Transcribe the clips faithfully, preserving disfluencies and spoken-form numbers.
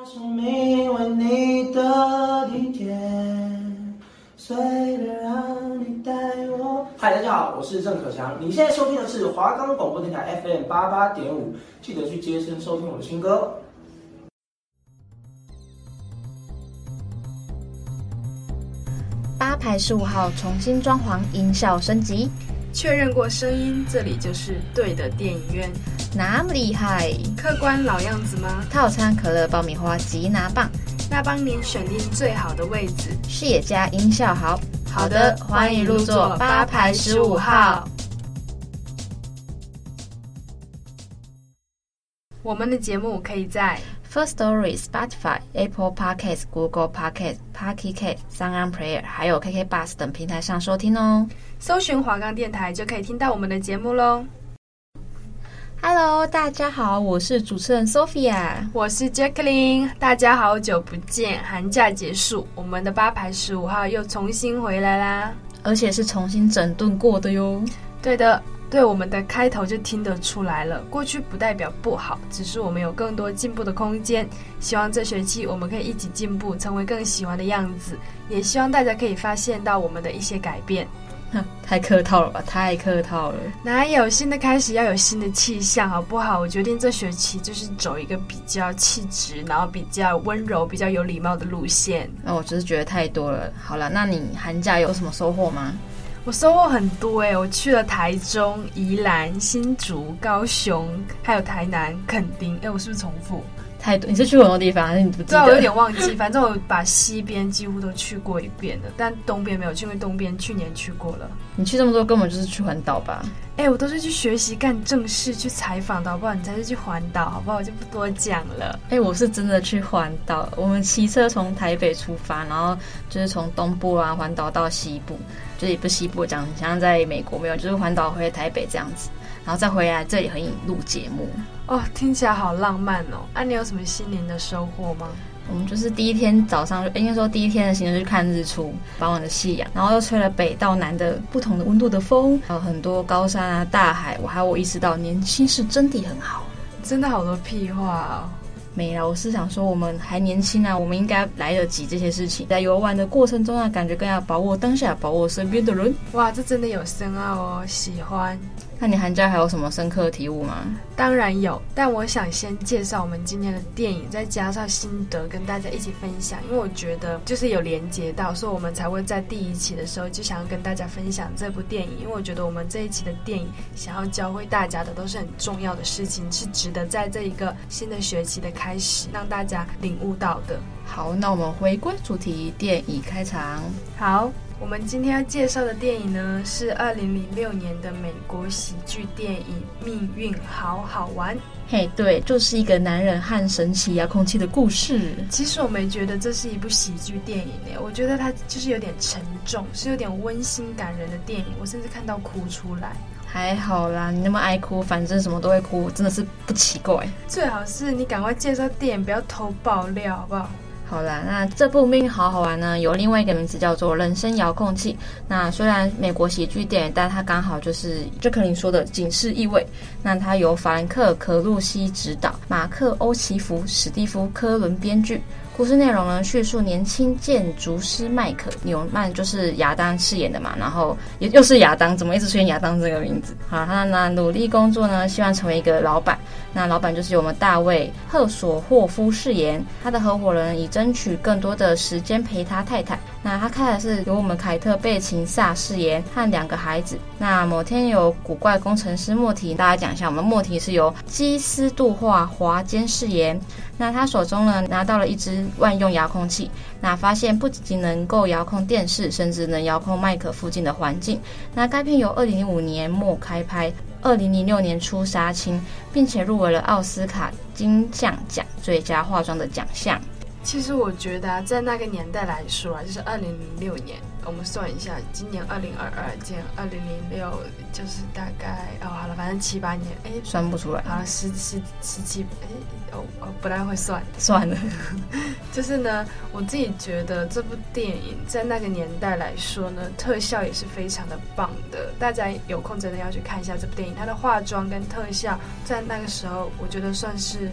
生命为你的地铁，随便让你带我。嗨，大家好，我是郑可强，你现在收听的是华冈广播电台 F M 八八点五，记得去接声收听我的新歌。 八排十五号重新装潢，音效升级， 确认过声音，这里就是对的电影院。 那么厉害？ 客官老样子吗？ 套餐可乐爆米花吉拿棒， 那帮您选定最好的位置， 视野佳，音效好。 好的，欢迎入座八排十五号。我们的节目可以在 Firstory、Spotify、Apple Podcasts、Google Podcasts、Pocket Casts、Sound Player 还有 K K Bus 等平台上收听哦。 搜寻华冈电台就可以听到我们的节目咯。 Hello， 大家好，我是主持人 Sophia， 我是 Jacqueline， 大家好久不见。寒假结束，我们的八排十五号又重新回来啦， 而且是重新整顿过的哟。 对的，对我们的开头就听得出来了，过去不代表不好，只是我们有更多进步的空间。希望这学期我们可以一起进步，成为更喜欢的样子，也希望大家可以发现到我们的一些改变。 太客套了吧，太客套了。 哪有新的开始要有新的气象，好不好？我决定这学期就是走一个比较气质，然后比较温柔、比较有礼貌的路线。 那、哦、我只是觉得太多了。好了，那你寒假有什么收获吗？ 我收获很多耶、欸、我去了台中、宜兰、新竹、高雄，还有台南、垦丁。哎、欸，我是不是重复？ 太多，你是去过很多地方还是你不记得？ 对，我有点忘记。反正我把西边几乎都去过一遍了，但东边没有去，因为东边去年去过了。 你去这么多，根本就是去环岛吧？ 哎、欸，我都是去学习、干正事、去采访的，好不好？你才是去环岛，好不好？我就不多讲了。 哎、欸，我是真的去环岛。我们骑车从台北出发，然后就是从东部啊环岛到西部，就是也不是西部讲，像在美国没有，就是环岛回台北这样子，然后再回来这里和你录节目。 哦，听起来好浪漫哦！啊，你有什么心灵的收获吗？ 我们就是第一天早上，应该说第一天的行程就是看日出，傍晚的夕阳，然后又吹了北到南的不同的温度的风，还有很多高山啊、大海。我还有意识到年轻是真的很好， 真的好多屁话哦。 没啦，我是想说我们还年轻啊，我们应该来得及这些事情。在游玩的过程中啊，感觉更要把握当下，把握身边的人。 哇，这真的有深奥哦，喜欢。 那你寒假还有什么深刻的体悟吗？ 当然有，但我想先介绍我们今天的电影，再加上心得跟大家一起分享，因为我觉得就是有连结到，所以我们才会在第一期的时候就想要跟大家分享这部电影，因为我觉得我们这一期的电影想要教会大家的都是很重要的事情，是值得在这一个新的学期的开始让大家领悟到的。 好，那我们回归主题，电影开场。 好，我们今天要介绍的电影呢，是二零零六年的美国喜剧电影《命运好好玩》。 嘿，对，就是一个男人和神奇遥控器的故事。 其实我没觉得这是一部喜剧电影耶，我觉得它就是有点沉重，是有点温馨感人的电影，我甚至看到哭出来。 还好啦，你那么爱哭，反正什么都会哭，真的是不奇怪。 最好是你赶快介绍电影，不要偷爆料，好不好？ 好啦，那这部《命运好好玩》呢，有另外一个名字叫做《人生遥控器》。那虽然美国喜剧电影，但它刚好就是就可能说的警示意味。那它由法兰克·可露西执导，马克·欧奇福、史蒂夫·科伦编剧。故事内容呢，叙述年轻建筑师麦克·纽曼就是亚当饰演的嘛，然后也又是亚当，怎么一直出现亚当这个名字？好，他呢努力工作呢，希望成为一个老板。那老板就是由我们大卫·赫索霍夫饰演，他的合伙人以争取更多的时间陪他太太。那他开的是由我们凯特·贝琴萨饰演和两个孩子。那某天有古怪工程师莫提，大家讲一下，我们莫提是由基斯杜化华坚饰演。那他手中呢拿到了一支万用遥控器，那发现不仅能够遥控电视，甚至能遥控麦克附近的环境。那该片由二零零五年末开拍，二零零六年初杀青，并且入围了奥斯卡金像奖最佳化妆的奖项。 其实我觉得啊，在那个年代来说啊，就是二零零六年，我们算一下，今年二零二二减二零零六，就是大概哦，好了，反正七八年，哎， 算不出来。 好了，十十十七，哎，哦哦，不太会算， 算了。 就是呢，我自己觉得这部电影在那个年代来说呢，特效也是非常的棒的。大家有空真的要去看一下这部电影，它的化妆跟特效在那个时候，我觉得算是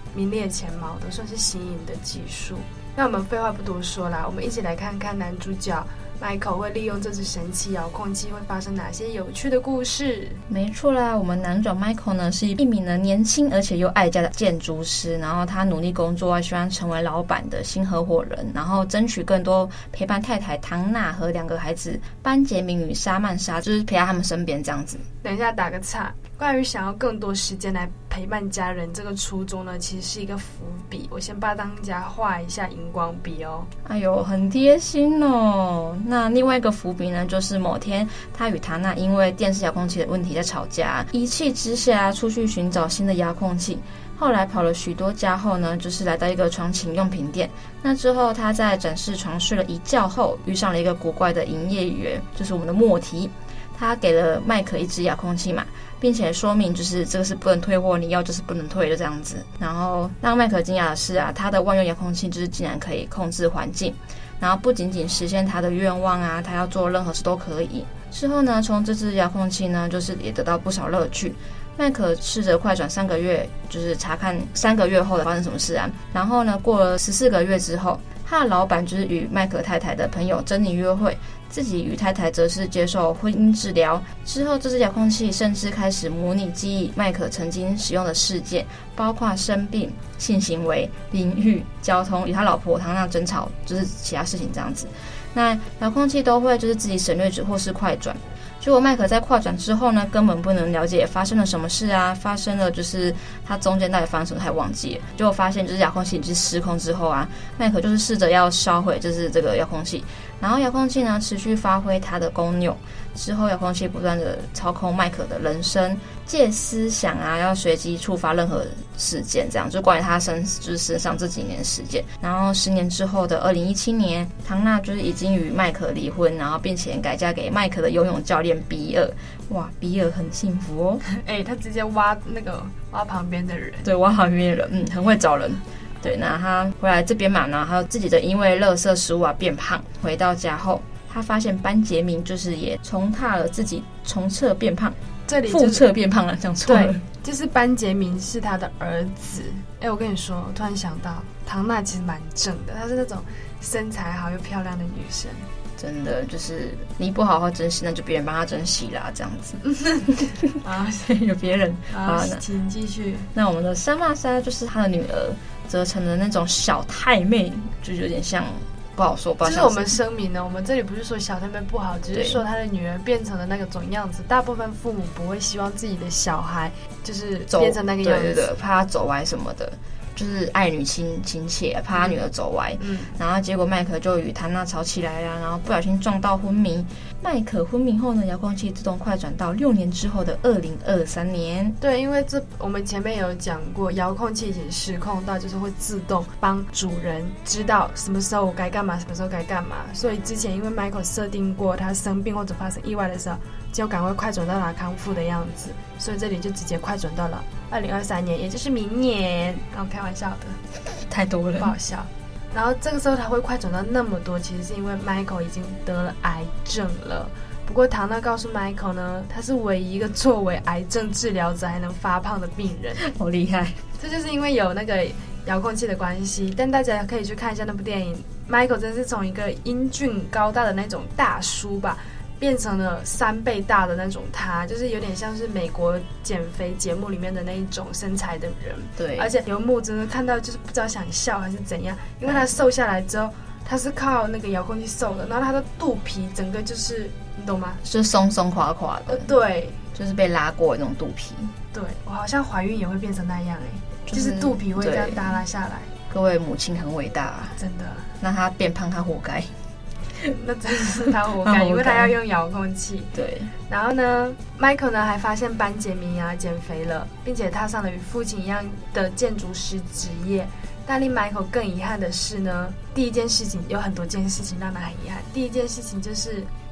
名列前茅的，算是新颖的技术。那我们废话不多说啦，我们一起来看看男主角Michael 会利用这只神奇遥控器会发生哪些有趣的故事。 没错啦，我们男主角 Michael 呢是一名呢年轻而且又爱家的建筑师，然后他努力工作，希望成为老板的新合伙人，然后争取更多陪伴太太唐娜和两个孩子班杰明与莎曼莎，就是陪在他们身边这样子。 等一下打个岔，关于想要更多时间来陪伴家人这个初衷呢，其实是一个伏笔，我先帮大家画一下荧光笔哦。 哎呦，很贴心哦。那另外一个伏笔呢，就是某天他与唐娜因为电视遥控器的问题在吵架，一气之下出去寻找新的遥控器。后来跑了许多家后呢，就是来到一个床寝用品店。那之后他在展示床睡了一觉后，遇上了一个古怪的营业员，就是我们的莫提。他给了麦克一支遥控器嘛，并且说明就是这个是不能退货，你要就是不能退的这样子。然后让麦克惊讶的是啊，他的万用遥控器就是竟然可以控制环境，然后不仅仅实现他的愿望啊，他要做任何事都可以。之后呢，从这支遥控器呢，就是也得到不少乐趣。麦克试着快转三个月，就是查看三个月后的发生什么事啊。然后呢，过了十四个月之后，他的老板就是与麦克太太的朋友珍妮约会，自己与太太则是接受婚姻治疗。之后，这支遥控器甚至开始模拟记忆麦克曾经使用的事件，包括生病、性行为、淋浴、交通，与他老婆唐娜争吵，就是其他事情这样子。那遥控器都会就是自己省略值或是快转。结果麦克在快转之后呢，根本不能了解发生了什么事啊，发生了就是他中间到底发生什么，他也忘记了。结果发现就是遥控器已经失控之后啊，麦克就是试着要烧毁就是这个遥控器，然后遥控器呢持续发挥它的功用。之后遥控器不断的操控麦克的人生，借思想啊要随机触发任何事件，这样就关于他身就是身上这几年的事件。然后十年之后的二零一七年，唐娜就是已经与麦克离婚，然后并且改嫁给麦克的游泳教练比尔。哇，比尔很幸福哦。 哎、欸，他直接挖那个挖旁边的人， 对，挖旁边的人，嗯，很会找人。对，那他回来这边嘛，然后还有自己的因为垃圾食物啊变胖，回到家后。他发现班杰明就是也重踏了自己重测变胖， 这里、 就是、复测变胖了，讲错了。 对，就是班杰明是他的儿子。哎，我跟你说，我突然想到，唐娜其实蛮正的，她是那种身材好又漂亮的女生。 真的就是你不好好珍惜，那就别人帮她珍惜啦，这样子。啊，有别人啊，请继续。 那我们的莎玛莎就是她的女儿，则成了那种小太妹，就有点像。不好说，不好就是我们声明呢，我们这里不是说小太妹不好，只是说她的女儿变成了那个种样子。大部分父母不会希望自己的小孩就是变成那个样子， 对对对，怕他走歪什么的，就是爱女亲亲切，怕他女儿走歪。嗯，然后结果麦克就与唐娜吵起来了，然后不小心撞到昏迷。麦克昏迷后呢，遥控器自动快转到六年之后的二零二三年。 对，因为这我们前面有讲过，遥控器已经失控到就是会自动帮主人知道什么时候我该干嘛，什么时候该干嘛。所以之前因为 Michael 设定过他生病或者发生意外的时候，就赶快快转到他康复的样子，所以这里就直接快转到了二零二三年，也就是明年。然后开玩笑的， 太多了， 不好笑。然后这个时候他会快转到那么多，其实是因为 Michael 已经得了癌症了。不过唐娜告诉 Michael 呢，他是唯一一个作为癌症治疗者还能发胖的病人， 好厉害。 这就是因为有那个遥控器的关系。但大家可以去看一下那部电影， Michael 真是从一个英俊高大的那种大叔吧，变成了三倍大的那种他，就是有点像是美国减肥节目里面的那一种身材的人。 对， 而且有幕真的看到就是不知道想笑还是怎样，因为他瘦下来之后，他是靠那个遥控器瘦的，然后他的肚皮整个就是你懂吗？ 就是松松垮垮的。 呃，对， 就是被拉过的那种肚皮。 对，我好像怀孕也会变成那样哎、欸，就是、就是肚皮会这样耷拉下来。 各位母亲很伟大、啊， 真的。 那他变胖，他活该。 那真的是他活该，因为他要用遥控器。 对。 然后呢 ，Michael 呢还发现班杰明啊减肥了，并且踏上了与父亲一样的建筑师职业。但令 Michael 更遗憾的是呢，第一件事情有很多件事情让他很遗憾。第一件事情就是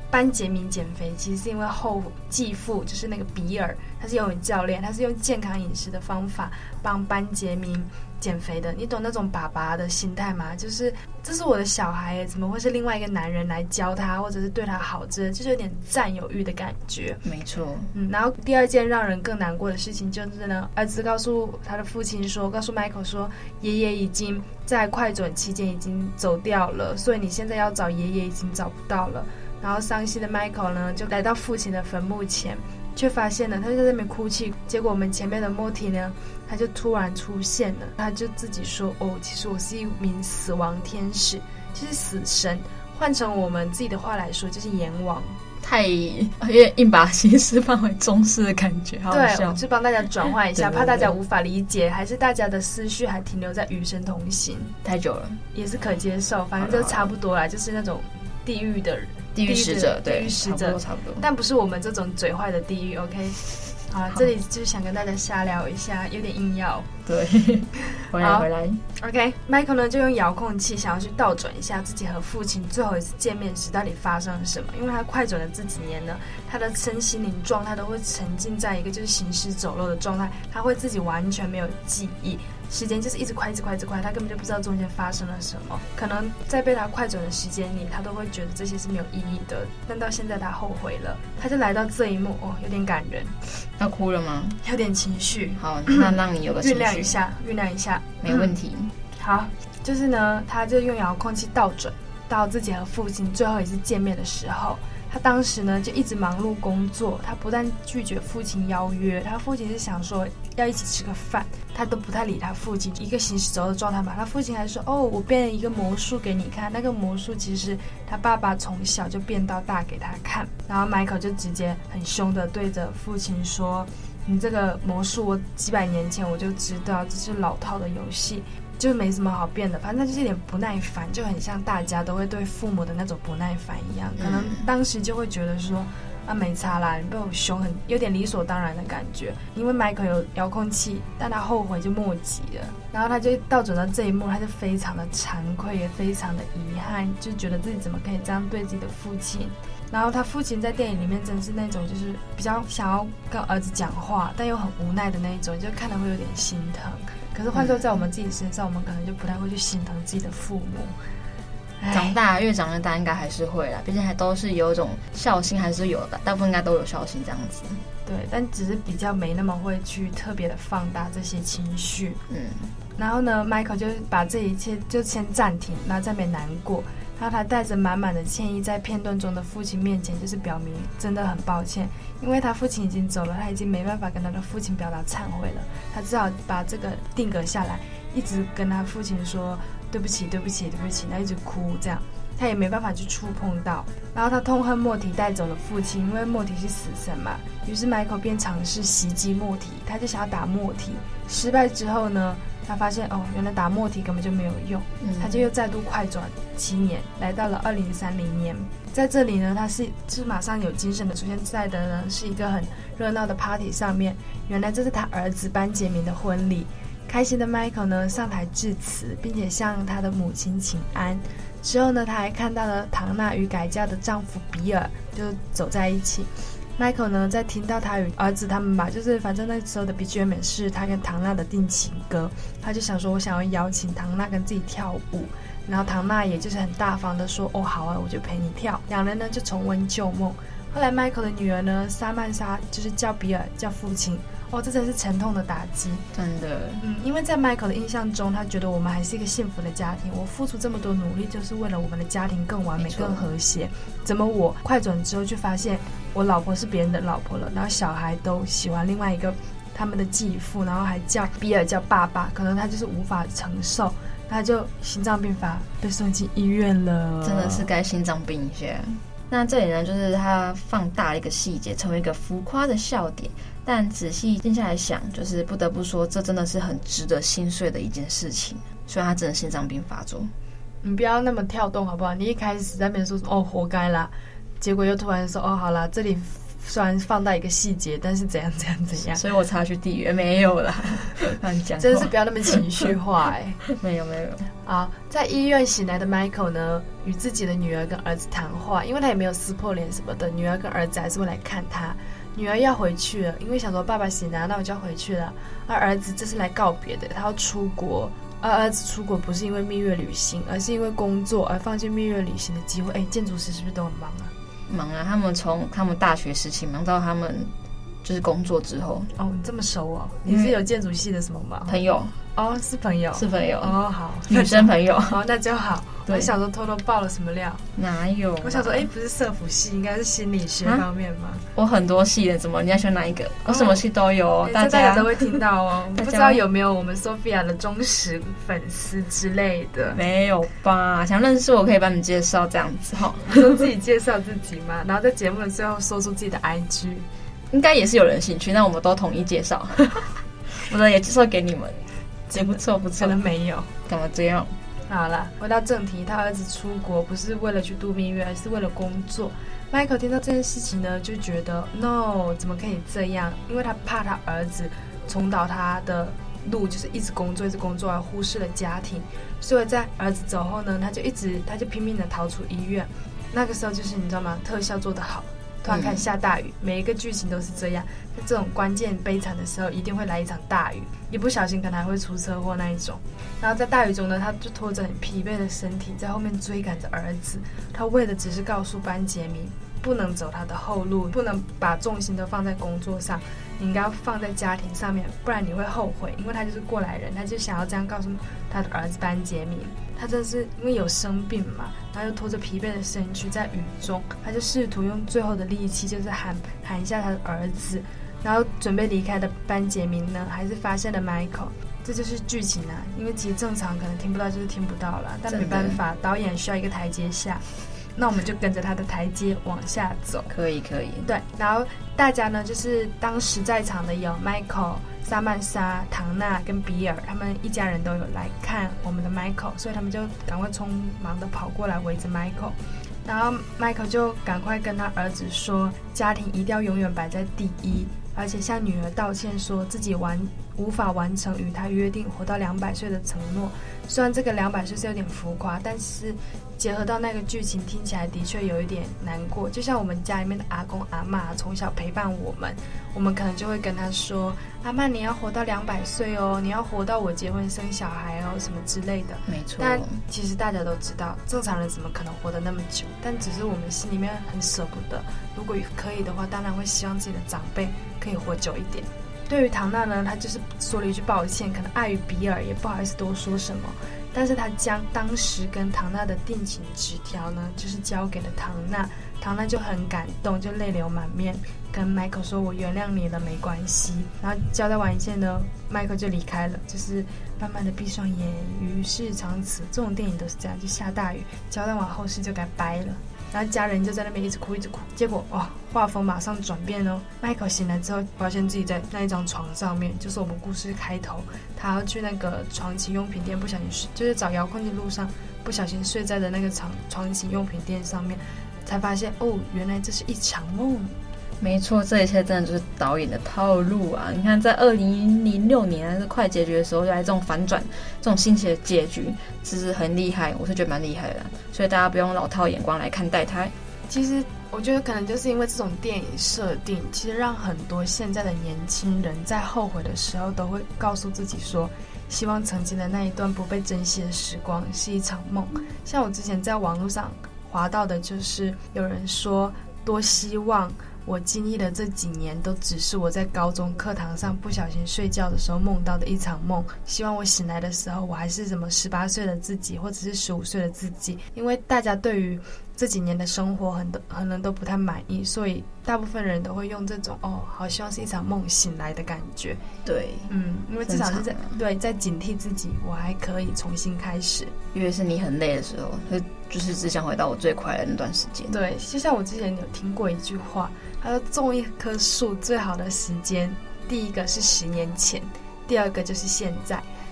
班杰明减肥，其实是因为后继父就是那个比尔，他是游泳教练，他是用健康饮食的方法帮班杰明减肥的。你懂那种爸爸的心态吗？就是这是我的小孩，怎么会是另外一个男人来教他，或者是对他好之类，就是有点占有欲的感觉。 没错。 嗯，然后第二件让人更难过的事情就是呢，儿子告诉他的父亲说，告诉 Michael 说，爷爷已经在快准期间已经走掉了，所以你现在要找爷爷已经找不到了。然后伤心的 Michael 呢，就来到父亲的坟墓前，却发现了他就在那边哭泣。结果我们前面的 Morty 呢，他就突然出现了，他就自己说：“哦，其实我是一名死亡天使，就是死神。换成我们自己的话来说，就是阎王。” 太有点硬把西施放回中式的感觉，好好笑。 对，我就帮大家转换一下， 对对对怕大家无法理解，还是大家的思绪还停留在与神同行， 太久了， 也是可接受，反正就差不多啦，就是那种地狱的人。 地狱使者，对， 地狱使者差不多， 但不是我们这种嘴坏的地狱 ，OK？ 好了，这里就是想跟大家瞎聊一下，有点硬要。 对，回来回来 ，OK。Michael 呢就用遥控器想要去倒转一下自己和父亲最后一次见面时到底发生了什么，因为他快转的这几年呢，他的身心灵状态都会沉浸在一个就是行尸走肉的状态，他会自己完全没有记忆。时间就是一直快一直快一直快，他根本就不知道中间发生了什么，可能在被他快转的时间里，他都会觉得这些是没有意义的，但到现在他后悔了，他就来到这一幕，哦，有点感人。 要哭了吗？ 有点情绪。 好，那让你有个情绪酝酿一下，酝酿一下， 没问题。 嗯、好，就是呢，他就用遥控器倒转到自己和父亲最后一次见面的时候。他当时呢就一直忙碌工作，他不但拒绝父亲邀约，他父亲是想说要一起吃个饭，他都不太理他父亲，一个行尸走肉的状态嘛。他父亲还说，哦，我变了一个魔术给你看，那个魔术其实他爸爸从小就变到大给他看。然后 Michael 就直接很凶的对着父亲说，你这个魔术我几百年前我就知道，这是老套的游戏，就没什么好变的，反正就是有点不耐烦，就很像大家都会对父母的那种不耐烦一样，可能当时就会觉得说啊没差啦，你被我凶，很有点理所当然的感觉。因为 Michael 有遥控器，但他后悔就莫及了，然后他就倒转到这一幕，他就非常的惭愧，也非常的遗憾，就觉得自己怎么可以这样对自己的父亲。然后他父亲在电影里面真是那种就是比较想要跟儿子讲话，但又很无奈的那一种，就看得会有点心疼。可是换作在我们自己身上，我们可能就不太会去心疼自己的父母。 长大越长越大，应该还是会啦，毕竟还都是有一种孝心，还是有的，大部分应该都有孝心这样子。 对，但只是比较没那么会去特别的放大这些情绪。 嗯， 然后呢 ，Michael 就把这一切就先暂停，然后再没难过。然后他带着满满的歉意，在片段中的父亲面前，就是表明真的很抱歉，因为他父亲已经走了，他已经没办法跟他的父亲表达忏悔了，他只好把这个定格下来，一直跟他父亲说对不起，对不起，对不起，他一直哭，这样他也没办法去触碰到。然后他痛恨莫提带走了父亲，因为莫提是死神嘛，于是 Michael 便尝试袭击莫提，他就想要打莫提。失败之后呢，他发现哦，原来打莫提根本就没有用，嗯、他就又再度快转七年，来到了二零三零年。在这里呢，他是是马上有精神的出现在的呢，是一个很热闹的 party 上面。原来这是他儿子班杰明的婚礼。开心的 Michael 呢上台致辞，并且向他的母亲请安。之后呢，他还看到了唐娜与改嫁的丈夫比尔，就走在一起。Michael 呢，在听到他与儿子他们吧，就是反正那时候的 B G M 是他跟唐娜的定情歌，他就想说，我想要邀请唐娜跟自己跳舞，然后唐娜也就是很大方的说，哦好啊，我就陪你跳。两人呢就重温旧梦。后来 Michael 的女儿呢，莎曼莎就是叫比尔叫父亲。哦，这真是沉痛的打击， 真的。 嗯，因为在 Michael 的印象中，他觉得我们还是一个幸福的家庭，我付出这么多努力，就是为了我们的家庭更完美、更和谐。怎么我快转之后就发现我老婆是别人的老婆了，然后小孩都喜欢另外一个他们的继父，然后还叫比尔叫爸爸，可能他就是无法承受，他就心脏病发，被送进医院了。 真的是该心脏病一下。那这里呢，就是他放大了一个细节，成为一个浮夸的笑点。但仔细静下来想，就是不得不说，这真的是很值得心碎的一件事情。虽然他真的心脏病发作， 你不要那么跳动好不好？你一开始在那边说哦活该啦，结果又突然说哦好啦，这里虽然放大一个细节，但是怎样怎样怎样， 所以我才去地狱没有啦，乱讲， 真的是不要那么情绪化哎、 欸，没有没有。 啊，在医院醒来的 Michael 呢，与自己的女儿跟儿子谈话，因为他也没有撕破脸什么的，女儿跟儿子还是会来看他。女儿要回去了，因为想说爸爸醒来，那我就要回去了。而儿子这是来告别的，他要出国。而儿子出国不是因为蜜月旅行，而是因为工作而放弃蜜月旅行的机会。哎，建筑师是不是都很忙啊？ 忙啊，他们从他们大学时期忙到他们就是工作之后。 哦，你这么熟哦？你是有建筑系的什么吗？ 朋友。 哦，是朋友， 是朋友哦，好， 女生朋友， 哦，那就好。我想说偷偷爆了什么料？ 哪有、啊？ 我想说，哎，不是社福系，应该是心理学方面吗？啊、 我很多系的，怎么你要选哪一个？我、哦、什么系都有、哦，大家大家都会听到哦。不知道有没有我们 Sophia 的忠实粉丝之类的？ 没有吧？想认识我可以帮你介绍这样子哈。 就自己介绍自己嘛，然后在节目的最后说出自己的 I G， 应该也是有人兴趣，那我们都统一介绍。我的也介绍给你们。也不错不错， 可能没有， 干嘛这样？ 好了，回到正题，他儿子出国不是为了去度蜜月，而是为了工作。Michael 听到这件事情呢，就觉得 no， 怎么可以这样？因为他怕他儿子重蹈他的路，就是一直工作，一直工作，而忽视了家庭。所以在儿子走后呢，他就一直，他就拼命的逃出医院。那个时候就是你知道吗？特效做得好。突然看下大雨，每一个剧情都是这样。在这种关键悲惨的时候，一定会来一场大雨，一不小心可能还会出车祸那一种。然后在大雨中呢，他就拖着很疲惫的身体在后面追赶着儿子。他为的只是告诉班杰明，不能走他的后路，不能把重心都放在工作上，你应该要放在家庭上面，不然你会后悔。因为他就是过来人，他就想要这样告诉他的儿子班杰明。他真的是因为有生病嘛，然后又拖着疲惫的身躯在雨中，他就试图用最后的力气，就是喊喊一下他的儿子。然后准备离开的班杰明呢，还是发现了 Michael。这就是剧情啊，因为其实正常可能听不到就是听不到了，但没办法，导演需要一个台阶下，那我们就跟着他的台阶往下走。 可以可以。 对，然后大家呢，就是当时在场的有 Michael、萨曼莎、唐娜跟比尔，他们一家人都有来看我们的 Michael， 所以他们就赶快匆忙的跑过来围着 Michael。然后 Michael 就赶快跟他儿子说，家庭一定要永远摆在第一，而且向女儿道歉，说自己完无法完成与他约定活到两百岁的承诺。虽然这个两百岁是有点浮夸，但是结合到那个剧情，听起来的确有一点难过。就像我们家里面的阿公阿嬷从小陪伴我们，我们可能就会跟他说，阿嬷你要活到两百岁哦，你要活到我结婚生小孩哦，什么之类的。 没错。 但其实大家都知道，正常人怎么可能活得那么久？但只是我们心里面很舍不得。如果可以的话，当然会希望自己的长辈可以活久一点。对于唐娜呢，她就是说了一句抱歉，可能碍于比尔也不好意思多说什么，但是她将当时跟唐娜的定情纸条呢，就是交给了唐娜。唐娜就很感动，就泪流满面，跟 Michael 说，我原谅你了，没关系。然后交代完一切呢， Michael 就离开了，就是慢慢的闭上眼，于是长此。这种电影都是这样，就下大雨，交代完后事就该掰了。然后家人就在那边一直哭一直哭，结果哇，画风马上转变哦。Michael 醒来之后，发现自己在那一张床上面，就是我们故事开头，他要去那个床旗用品店，不小心就是找遥控器路上，不小心睡在的那个床床旗用品店上面，才发现哦，原来这是一场梦。 没错，这一切真的就是导演的套路啊！你看，在二零零六年还是快结局的时候，就来这种反转、这种新奇的结局，其实很厉害，我是觉得蛮厉害的。所以大家不用老套眼光来看待它。 其实我觉得可能就是因为这种电影设定，其实让很多现在的年轻人在后悔的时候，都会告诉自己说，希望曾经的那一段不被珍惜的时光是一场梦。像我之前在网络上滑到的，就是有人说，多希望我经历的这几年都只是我在高中课堂上不小心睡觉的时候梦到的一场梦，希望我醒来的时候我还是什么十八岁的自己，或者是十五岁的自己。因为大家对于这几年的生活很多可能都不太满意，所以大部分人都会用这种哦，好希望是一场梦醒来的感觉。 对， 嗯，因为至少是在对在警惕自己，我还可以重新开始。 因为是你很累的时候，就是只想回到我最快乐的那段时间。 对，就像我之前有听过一句话，他说种一棵树最好的时间，第一个是十年前，第二个就是现在。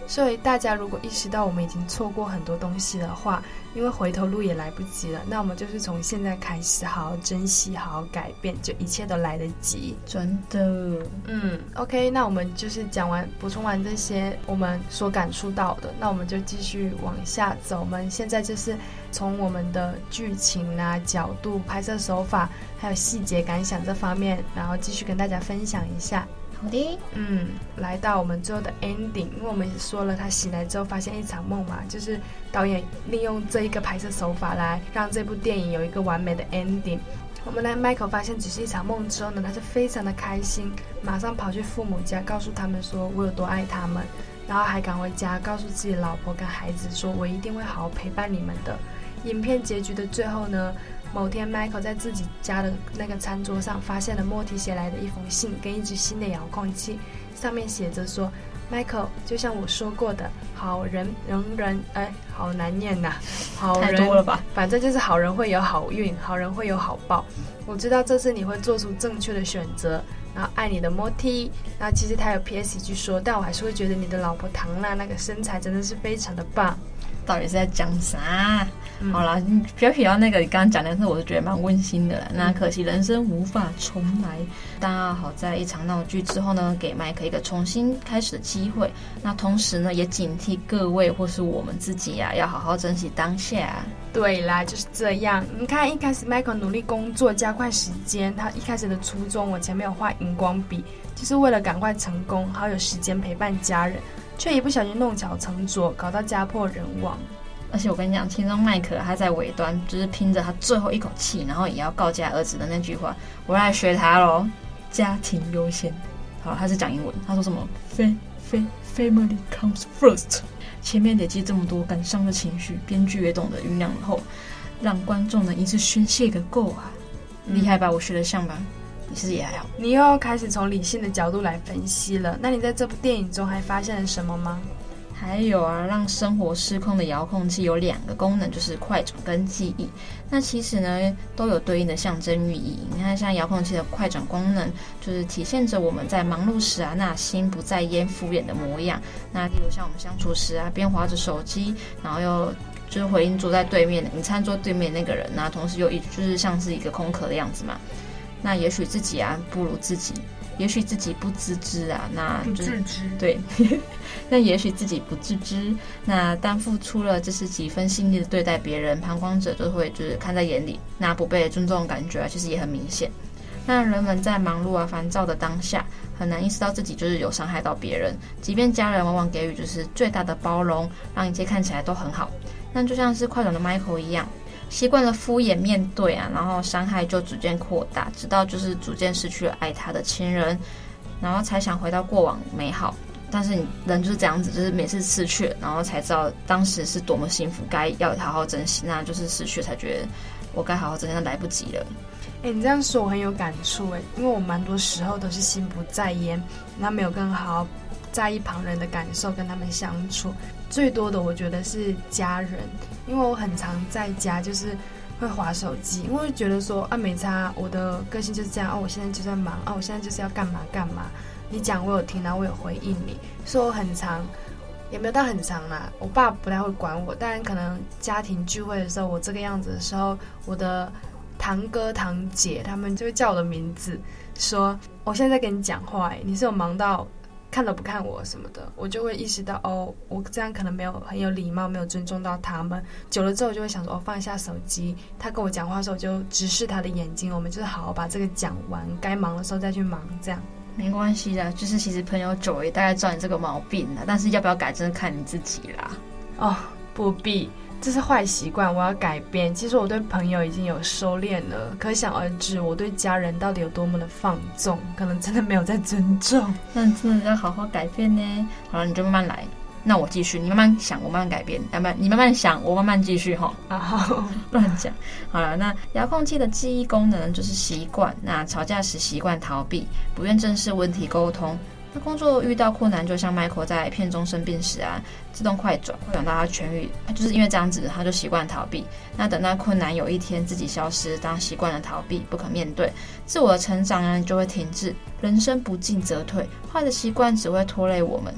所以大家如果意识到我们已经错过很多东西的话，因为回头路也来不及了，那我们就是从现在开始好好珍惜，好好改变，就一切都来得及。 真的。 嗯 OK， 那我们就是讲完补充完这些我们所感触到的，那我们就继续往下走。我们现在就是从我们的剧情啊、角度、拍摄手法还有细节感想这方面，然后继续跟大家分享一下。 好的。 嗯，来到我们最后的 ending， 因为我们说了他醒来之后发现一场梦嘛，就是导演利用这一个拍摄手法来让这部电影有一个完美的 ending。我们来 Michael 发现只是一场梦之后呢，他就非常的开心，马上跑去父母家告诉他们说我有多爱他们，然后还赶回家告诉自己老婆跟孩子说我一定会好好陪伴你们的。影片结局的最后呢，某天 Michael 在自己家的那个餐桌上发现了莫蒂写来的一封信跟一支新的遥控器，上面写着说 Michael 就像我说过的，好人人人哎，好难念呐、啊，好人太多了吧， 反正就是好人会有好运，好人会有好报。我知道这次你会做出正确的选择，然后爱你的莫蒂。然后其实他有 P S 一句说，但我还是会觉得你的老婆唐娜那个身材真的是非常的棒。 到底是在讲啥？嗯、好啦，你不要提到那个你刚刚讲的，但是我是觉得蛮温馨的啦。那可惜人生无法重来，但好在一场闹剧之后呢，给麦克一个重新开始的机会。那同时呢，也警惕各位或是我们自己啊，要好好珍惜当下、啊。 对啦，就是这样。你看一开始 Michael 努力工作，加快时间，他一开始的初衷，我前面有画荧光笔，就是为了赶快成功，好有时间陪伴家人。却一不小心弄巧成拙，搞到家破人亡。 而且我跟你讲，听众麦克他在尾端就是拼着他最后一口气，然后也要告诫儿子的那句话，我来学他咯，家庭优先。好，他是讲英文，他说什么 Family comes first。前面累积这么多感伤的情绪，编剧也懂得酝酿后，让观众能一次宣泄个够啊！厉害吧？我学得像吧？你是也还好。 你又要开始从理性的角度来分析了。那你在这部电影中还发现了什么吗？ 还有啊，让生活失控的遥控器有两个功能，就是快转跟记忆。那其实呢，都有对应的象征寓意。你看，像遥控器的快转功能，就是体现着我们在忙碌时啊，那心不在焉、敷衍的模样。那例如像我们相处时啊，边滑着手机，然后又就是回应坐在对面的你餐桌对面那个人，那同时又一就是像是一个空壳的样子嘛。那也许自己啊不如自己，也许自己不自知啊，那就是不自知对，那也许自己不自知，那但付出了就是几分心力的对待别人，旁观者就会就是看在眼里，那不被尊重的感觉啊，其实也很明显。那人们在忙碌啊烦躁的当下，很难意识到自己就是有伤害到别人，即便家人往往给予就是最大的包容，让一切看起来都很好。那就像是快转的 Michael 一样，习惯了敷衍面对啊，然后伤害就逐渐扩大，直到就是逐渐失去了爱他的亲人，然后才想回到过往美好。但是你人就是这样子，就是每次失去了，然后才知道当时是多么幸福，该要好好珍惜。那就是失去才觉得我该好好珍惜，但来不及了。 哎、欸，你这样说我很有感触哎，因为我蛮多时候都是心不在焉，那没有更好在意旁人的感受，跟他们相处。最多的我觉得是家人，因为我很常在家就是会滑手机，因为觉得说啊没差，我的个性就是这样啊，我现在就在忙啊，我现在就是要干嘛干嘛，你讲我有听，然后我有回应你，所以我很常也没有到很长啦。我爸不太会管我，但可能家庭聚会的时候，我这个样子的时候，我的堂哥堂姐他们就会叫我的名字，说我现在在跟你讲话，哎，你是有忙到看都不看我什么的，我就会意识到哦，我这样可能没有很有礼貌，没有尊重到他们。久了之后，我就会想说，哦，放下手机，他跟我讲话的时候，我就直视他的眼睛，我们就是好好把这个讲完，该忙的时候再去忙，这样。 没关系的，就是其实朋友久了也大概知道你这个毛病了，但是要不要改，真的看你自己啦。 哦，不必。这是坏习惯，我要改变。其实我对朋友已经有收敛了，可想而知我对家人到底有多么的放纵，可能真的没有在尊重。 那真的要好好改变呢。好了，你就慢慢来。那我继续，你慢慢想，我慢慢改变。要不然你慢慢想，我慢慢继续哈。 啊， 乱讲。好了，那遥控器的记忆功能就是习惯。那吵架时习惯逃避，不愿正视问题沟通。那工作遇到困难，就像 Michael 在片中生病时啊，自动快转，快转到他痊愈，就是因为这样子，他就习惯逃避。那等到困难有一天自己消失，当习惯了逃避，不可面对，自我的成长呢就会停滞，人生不进则退，坏的习惯只会拖累我们。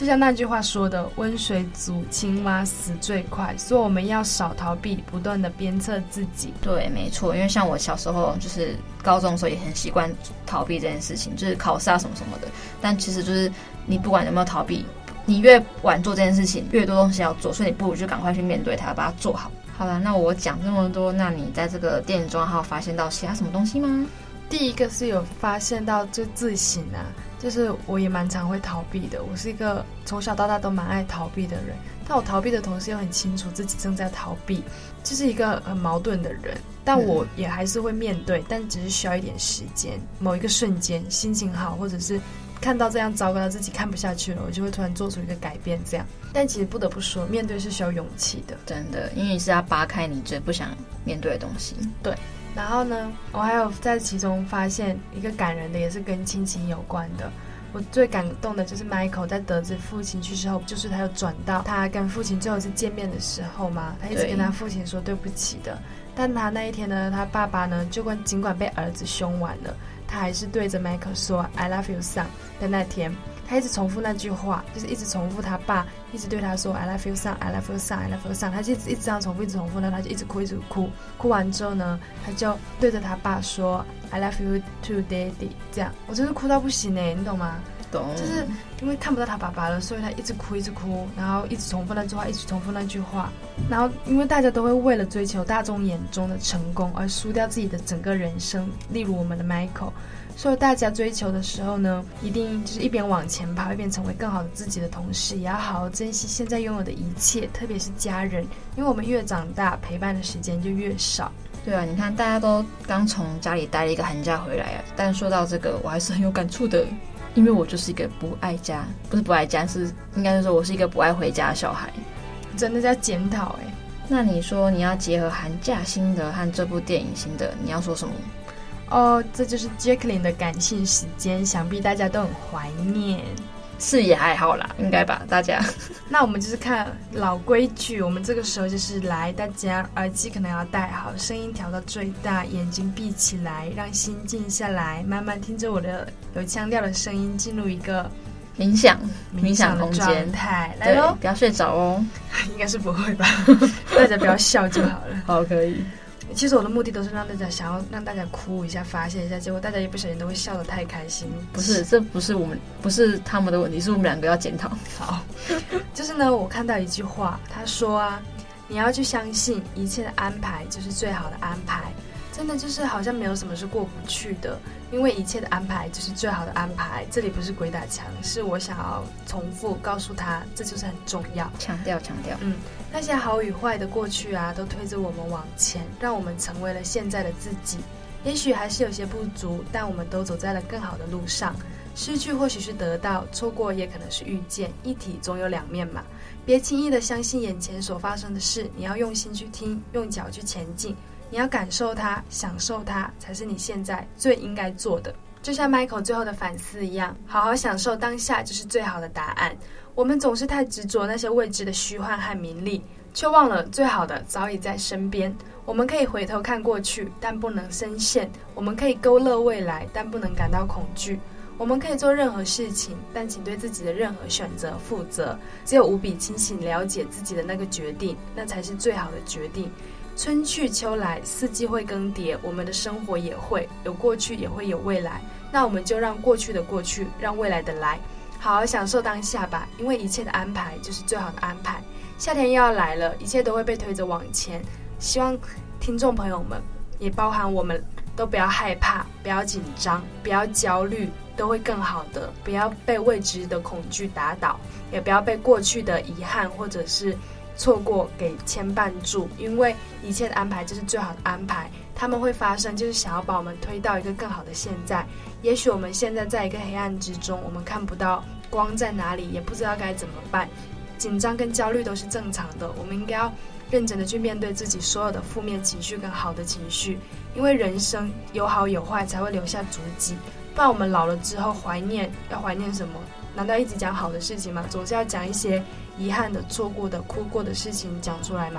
就像那句话说的，温水煮青蛙死最快，所以我们要少逃避，不断的鞭策自己。 对，没错，因为像我小时候就是高中的时候也很习惯逃避这件事情，就是考试啊什么什么的，但其实就是你不管有没有逃避，你越晚做这件事情越多东西要做，所以你不如就赶快去面对它，把它做好。好了，那我讲这么多，那你在这个电影中还有发现到其他什么东西吗？ 第一个是有发现到就自省啊，就是我也蛮常会逃避的，我是一个从小到大都蛮爱逃避的人，但我逃避的同时又很清楚自己正在逃避，就是一个很矛盾的人，但我也还是会面对，但只是需要一点时间，某一个瞬间心情好，或者是看到这样糟糕的自己看不下去了，我就会突然做出一个改变这样。但其实不得不说，面对是需要勇气的， 真的，因为你是要扒开你最不想面对的东西。 对，然后呢，我还有在其中发现一个感人的，也是跟亲情有关的。我最感动的就是 Michael 在得知父亲去世后，就是他有转到他跟父亲最后一次见面的时候嘛，他一直跟他父亲说对不起的。但他那一天呢，他爸爸呢，就管尽管被儿子凶完了，他还是对着 Michael 说 I love you son 的那天，他一直重复那句话，就是一直重复他爸一直对他说 I love you son I love you son I love you son， 他就一直一直这样重复一直重复，然后他就一直哭一直哭，哭完之后呢，他就对着他爸说 I love you too daddy， 这样我真是哭到不行耶，你懂吗？ 懂， 就是因为看不到他爸爸了，所以他一直哭一直哭，然后一直重复那句话一直重复那句话，然后因为大家都会为了追求大众眼中的成功而输掉自己的整个人生，例如我们的 Michael， 所以大家追求的时候呢，一定就是一边往前跑一边成为更好的自己的同时，也要好好珍惜现在拥有的一切，特别是家人，因为我们越长大陪伴的时间就越少。 对啊，你看大家都刚从家里待了一个寒假回来啊，但说到这个我还是很有感触的，因为我就是一个不爱家，不是不爱家，是应该是说我是一个不爱回家的小孩， 真的在检讨哎。 那你说你要结合寒假心得和这部电影心得，你要说什么？ 哦，这就是 Jacqueline 的感性时间，想必大家都很怀念。 是也还好啦，应该吧，大家。 那我们就是看老规矩，我们这个时候就是来，大家耳机可能要戴好，声音调到最大，眼睛闭起来，让心静下来，慢慢听着我的有腔调的声音，进入一个冥想冥想的状态。来咯， 不要睡着哦。 应该是不会吧？大家不要笑就好了。 好，可以。 其实我的目的都是让大家想要让大家哭一下发泄一下，结果大家一不小心都会笑得太开心。 不是，这不是我们不是他们的问题，是我们两个要检讨。 好，就是呢，我看到一句话，他说啊，你要去相信一切的安排就是最好的安排。真的就是好像没有什么是过不去的，因为一切的安排就是最好的安排。这里不是鬼打墙，是我想要重复告诉他，这就是很重要， 强调强调。 嗯，那些好与坏的过去啊，都推着我们往前，让我们成为了现在的自己。也许还是有些不足，但我们都走在了更好的路上。失去或许是得到，错过也可能是遇见，一体总有两面嘛。别轻易的相信眼前所发生的事，你要用心去听，用脚去前进。你要感受它，享受它，才是你现在最应该做的。就像 Michael 最后的反思一样，好好享受当下就是最好的答案。我们总是太执着那些未知的虚幻和名利，却忘了最好的早已在身边。我们可以回头看过去，但不能深陷；我们可以勾勒未来，但不能感到恐惧。我们可以做任何事情，但请对自己的任何选择负责。只有无比清醒了解自己的那个决定，那才是最好的决定。春去秋来，四季会更迭，我们的生活也会有过去，也会有未来。那我们就让过去的过去，让未来的来，好好享受当下吧，因为一切的安排就是最好的安排。夏天又要来了，一切都会被推着往前。希望听众朋友们，也包含我们，都不要害怕，不要紧张，不要焦虑，都会更好的。不要被未知的恐惧打倒，也不要被过去的遗憾或者是错过给牵绊住，因为一切的安排就是最好的安排。他们会发生，就是想要把我们推到一个更好的现在。也许我们现在在一个黑暗之中，我们看不到光在哪里，也不知道该怎么办，紧张跟焦虑都是正常的。我们应该要认真的去面对自己所有的负面情绪跟好的情绪，因为人生有好有坏才会留下足迹。不然我们老了之后怀念，要怀念什么？难道一直讲好的事情吗？总是要讲一些遗憾的、错过的、哭过的事情讲出来吗？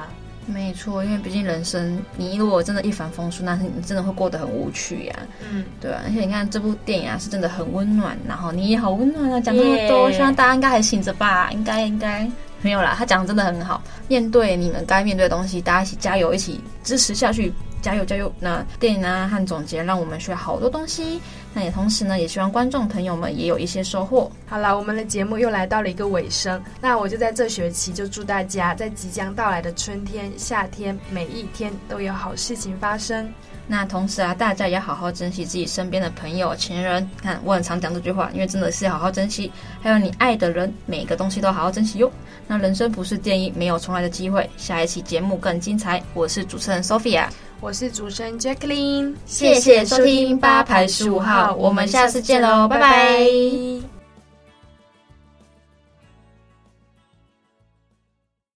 没错，因为毕竟人生，你如果真的一帆风顺，那你真的会过得很无趣呀、啊。嗯，对啊。而且你看这部电影啊，是真的很温暖，然后你也好温暖啊，讲那么多， yeah. 希望大家应该还醒着吧？应该应该没有啦，他讲的真的很好。面对你们该面对的东西，大家一起加油，一起支持下去。加油加油！那电影啊和总结让我们学好多东西，那也同时呢，也希望观众朋友们也有一些收获。 好了，我们的节目又来到了一个尾声，那我就在这学期就祝大家在即将到来的春天、夏天，每一天都有好事情发生。 那同时啊，大家也要好好珍惜自己身边的朋友、亲人。看，我很常讲这句话，因为真的是要好好珍惜。还有你爱的人，每个东西都好好珍惜哟。那人生不是电影，没有重来的机会。下一期节目更精彩。我是主持人 Sophia。 我是主持人 Jacqueline， 谢谢收听八排十五号，我们下次见喽，拜拜。